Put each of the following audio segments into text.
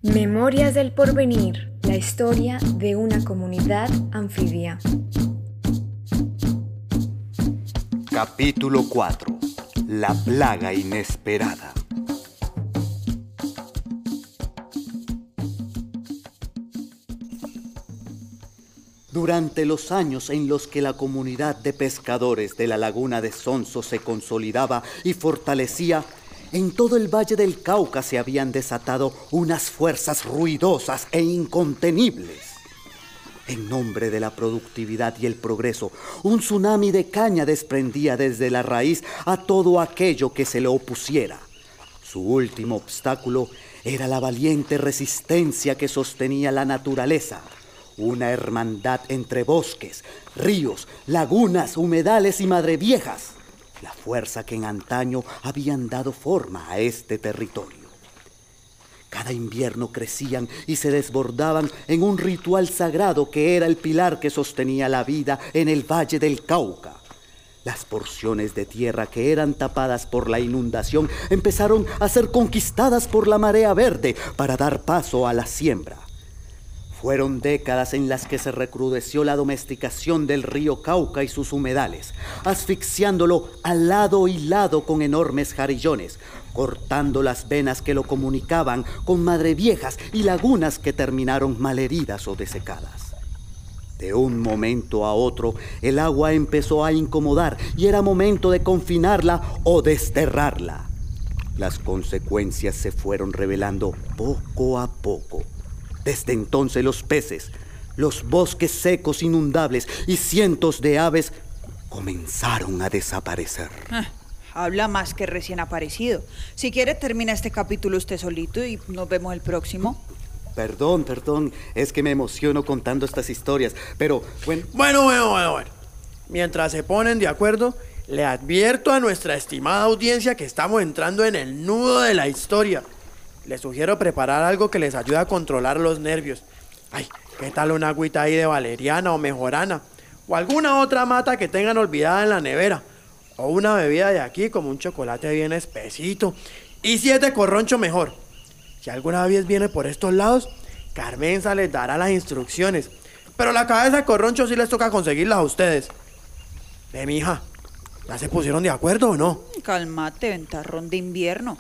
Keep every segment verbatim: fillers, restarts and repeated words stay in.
Memorias del Porvenir, la historia de una comunidad anfibia. Capítulo cuatro. La plaga inesperada. Durante los años en los que la comunidad de pescadores de la laguna de Sonso se consolidaba y fortalecía, en todo el Valle del Cauca se habían desatado unas fuerzas ruidosas e incontenibles. En nombre de la productividad y el progreso, un tsunami de caña desprendía desde la raíz a todo aquello que se le opusiera. Su último obstáculo era la valiente resistencia que sostenía la naturaleza. Una hermandad entre bosques, ríos, lagunas, humedales y madreviejas. La fuerza que en antaño habían dado forma a este territorio. Cada invierno crecían y se desbordaban en un ritual sagrado que era el pilar que sostenía la vida en el Valle del Cauca. Las porciones de tierra que eran tapadas por la inundación empezaron a ser conquistadas por la marea verde para dar paso a la siembra. Fueron décadas en las que se recrudeció la domesticación del río Cauca y sus humedales, asfixiándolo al lado y lado con enormes jarillones, cortando las venas que lo comunicaban con madreviejas y lagunas que terminaron malheridas o desecadas. De un momento a otro, el agua empezó a incomodar y era momento de confinarla o desterrarla. Las consecuencias se fueron revelando poco a poco. Desde entonces los peces, los bosques secos inundables y cientos de aves comenzaron a desaparecer. Ah, habla más que recién aparecido. Si quiere termina este capítulo usted solito y nos vemos el próximo. Perdón, perdón, es que me emociono contando estas historias, pero bueno... Bueno, bueno, bueno, bueno. Mientras se ponen de acuerdo, le advierto a nuestra estimada audiencia que estamos entrando en el nudo de la historia. Les sugiero preparar algo que les ayude a controlar los nervios. Ay, ¿qué tal una agüita ahí de valeriana o mejorana? O alguna otra mata que tengan olvidada en la nevera. O una bebida de aquí como un chocolate bien espesito. Y si es de corroncho, mejor. Si alguna vez viene por estos lados, Carmenza les dará las instrucciones. Pero la cabeza de corroncho sí les toca conseguirlas a ustedes. Ve, mija, ¿ya se pusieron de acuerdo o no? Cálmate, ventarrón de invierno.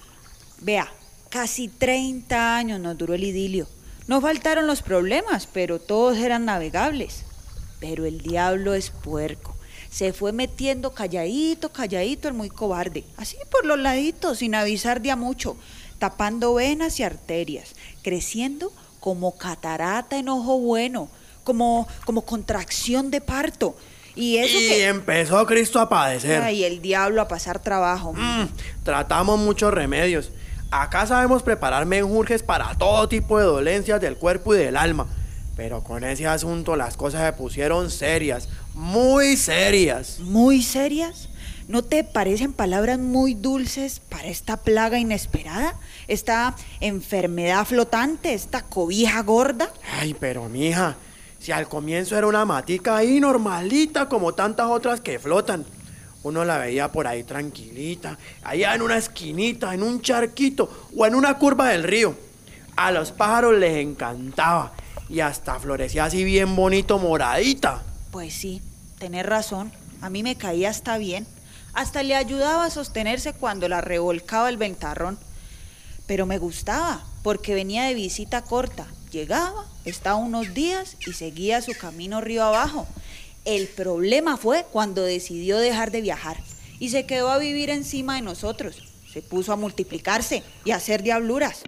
Vea. Casi treinta años nos duró el idilio. No faltaron los problemas, pero todos eran navegables. Pero el diablo es puerco. Se fue metiendo calladito, calladito el muy cobarde. Así por los laditos, sin avisar de a mucho. Tapando venas y arterias. Creciendo como catarata en ojo bueno. Como, como contracción de parto. Y eso y que... empezó Cristo a padecer. Ay, el diablo a pasar trabajo. Mm, tratamos muchos remedios. Acá sabemos preparar menjurjes para todo tipo de dolencias del cuerpo y del alma. Pero con ese asunto las cosas se pusieron serias, muy serias. ¿Muy serias? ¿No te parecen palabras muy dulces para esta plaga inesperada? ¿Esta enfermedad flotante? ¿Esta cobija gorda? Ay, pero mija, si al comienzo era una matica ahí normalita como tantas otras que flotan. Uno la veía por ahí tranquilita, allá en una esquinita, en un charquito o en una curva del río. A los pájaros les encantaba y hasta florecía así bien bonito, moradita. Pues sí, tenés razón, a mí me caía hasta bien. Hasta le ayudaba a sostenerse cuando la revolcaba el ventarrón. Pero me gustaba, porque venía de visita corta. Llegaba, estaba unos días y seguía su camino río abajo. El problema fue cuando decidió dejar de viajar y se quedó a vivir encima de nosotros. Se puso a multiplicarse y a hacer diabluras.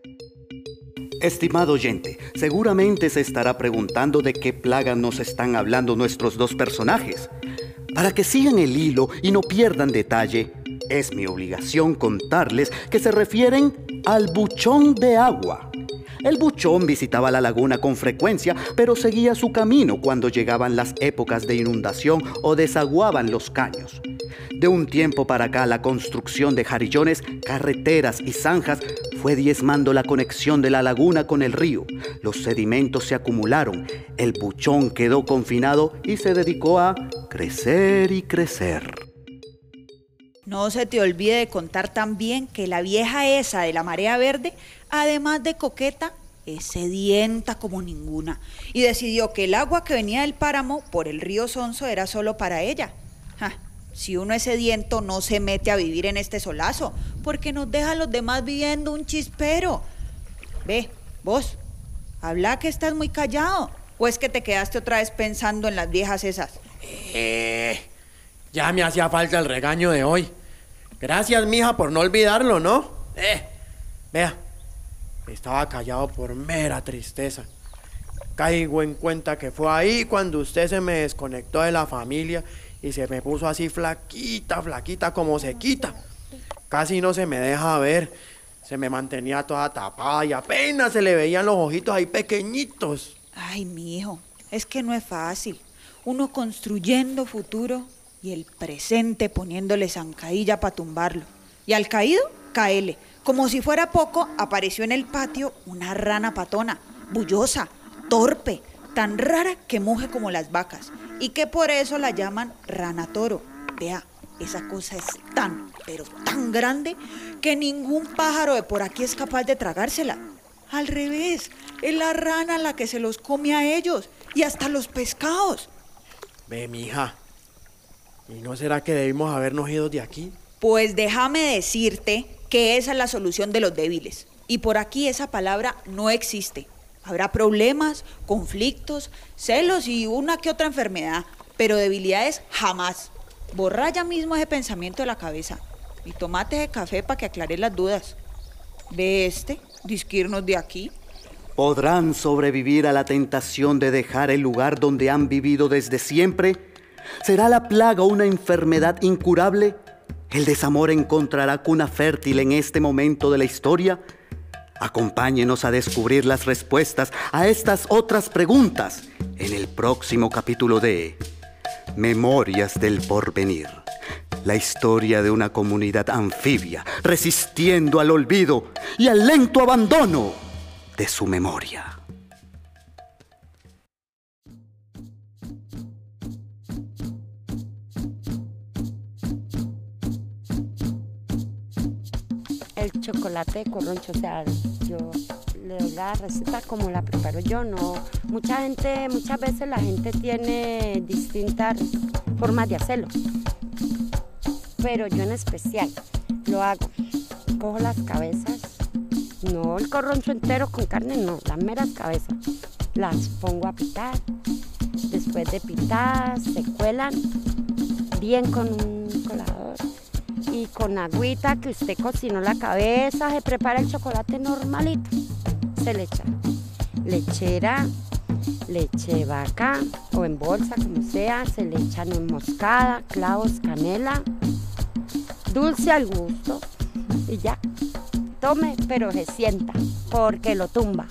Estimado oyente, seguramente se estará preguntando de qué plaga nos están hablando nuestros dos personajes. Para que sigan el hilo y no pierdan detalle, es mi obligación contarles que se refieren al buchón de agua. El buchón visitaba la laguna con frecuencia, pero seguía su camino cuando llegaban las épocas de inundación o desaguaban los caños. De un tiempo para acá, la construcción de jarillones, carreteras y zanjas fue diezmando la conexión de la laguna con el río. Los sedimentos se acumularon, el buchón quedó confinado y se dedicó a crecer y crecer. No se te olvide de contar también que la vieja esa de la marea verde, además de coqueta, es sedienta como ninguna, y decidió que el agua que venía del páramo por el río Sonso era solo para ella. Ja, si uno es sediento no se mete a vivir en este solazo, porque nos deja a los demás viviendo un chispero. Ve, vos, habla, que estás muy callado, o es que te quedaste otra vez pensando en las viejas esas. Eh, ya me hacía falta el regaño de hoy. Gracias, mija, por no olvidarlo, ¿no? Eh, vea, estaba callado por mera tristeza. Caigo en cuenta que fue ahí cuando usted se me desconectó de la familia y se me puso así flaquita, flaquita, como sequita. Casi no se me deja ver, se me mantenía toda tapada y apenas se le veían los ojitos ahí pequeñitos. Ay, mijo, es que no es fácil. Uno construyendo futuro y el presente poniéndole zancadilla para tumbarlo. Y al caído, caele. Como si fuera poco, apareció en el patio una rana patona, bullosa, torpe, tan rara que muge como las vacas, y que por eso la llaman rana toro. Vea, esa cosa es tan, pero tan grande que ningún pájaro de por aquí es capaz de tragársela. Al revés, es la rana la que se los come a ellos, y hasta los pescados. Ve, mija, ¿y no será que debimos habernos ido de aquí? Pues déjame decirte que esa es la solución de los débiles. Y por aquí esa palabra no existe. Habrá problemas, conflictos, celos y una que otra enfermedad, pero debilidades jamás. Borra ya mismo ese pensamiento de la cabeza y tomate ese café para que aclares las dudas. Ve este, disquirnos de aquí. ¿Podrán sobrevivir a la tentación de dejar el lugar donde han vivido desde siempre? ¿Será la plaga una enfermedad incurable? ¿El desamor encontrará cuna fértil en este momento de la historia? Acompáñenos a descubrir las respuestas a estas otras preguntas en el próximo capítulo de Memorias del Porvenir. La historia de una comunidad anfibia resistiendo al olvido y al lento abandono de su memoria. El chocolate de corroncho, o sea, yo le doy la receta como la preparo yo, no. Mucha gente, muchas veces la gente tiene distintas formas de hacerlo, pero yo en especial lo hago. Cojo las cabezas, no el corroncho entero con carne, no, las meras cabezas. Las pongo a pitar, después de pitadas se cuelan bien con un colador. Y con agüita que usted cocinó la cabeza, se prepara el chocolate normalito. Se le echa lechera, leche vaca o en bolsa, como sea. Se le echa nuez moscada, clavos, canela, dulce al gusto y ya. Tome, pero se sienta, porque lo tumba.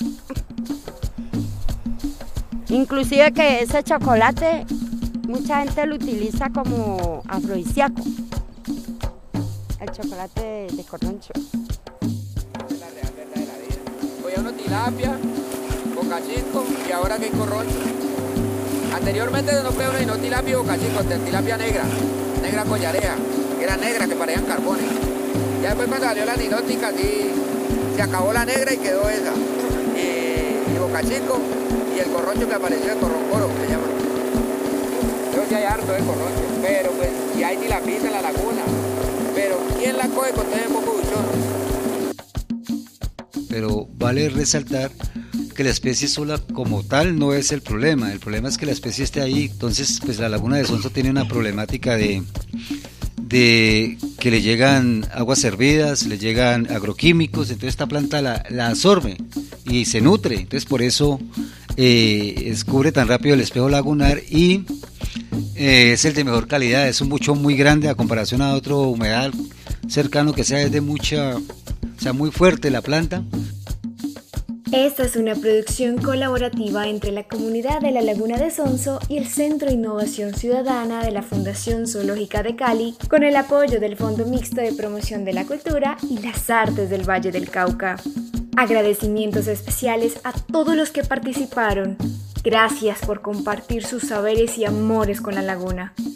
Inclusive que ese chocolate, mucha gente lo utiliza como afrodisíaco. El chocolate de, de corroncho. Es la real verdad de la vida. Voy a uno tilapia, boca chico y ahora que hay corroncho. Anteriormente no fue uno y no tilapia y boca chico, tilapia negra, negra collarea, que era negra, que parecían carbones. Ya después cuando salió la ninótica, sí, se acabó la negra y quedó esa. Y, y boca chico y el corroncho que apareció, el corroncoro, que se llama. Yo sí hay harto de corroncho, pero pues si hay tilapita en la laguna. Pero ¿quién la coge con todo el poco buchón? Pero vale resaltar que la especie sola como tal no es el problema. El problema es que la especie esté ahí. Entonces, pues la laguna de Sonso tiene una problemática de, de que le llegan aguas hervidas, le llegan agroquímicos, entonces esta planta la, la absorbe y se nutre. Entonces por eso eh, descubre tan rápido el espejo lagunar y Eh, es el de mejor calidad, es un buchón muy grande a comparación a otro humedal cercano que sea es de mucha, o sea, muy fuerte la planta. Esta es una producción colaborativa entre la comunidad de la Laguna de Sonso y el Centro de Innovación Ciudadana de la Fundación Zoológica de Cali, con el apoyo del Fondo Mixto de Promoción de la Cultura y las Artes del Valle del Cauca. Agradecimientos especiales a todos los que participaron. Gracias por compartir sus saberes y amores con la laguna.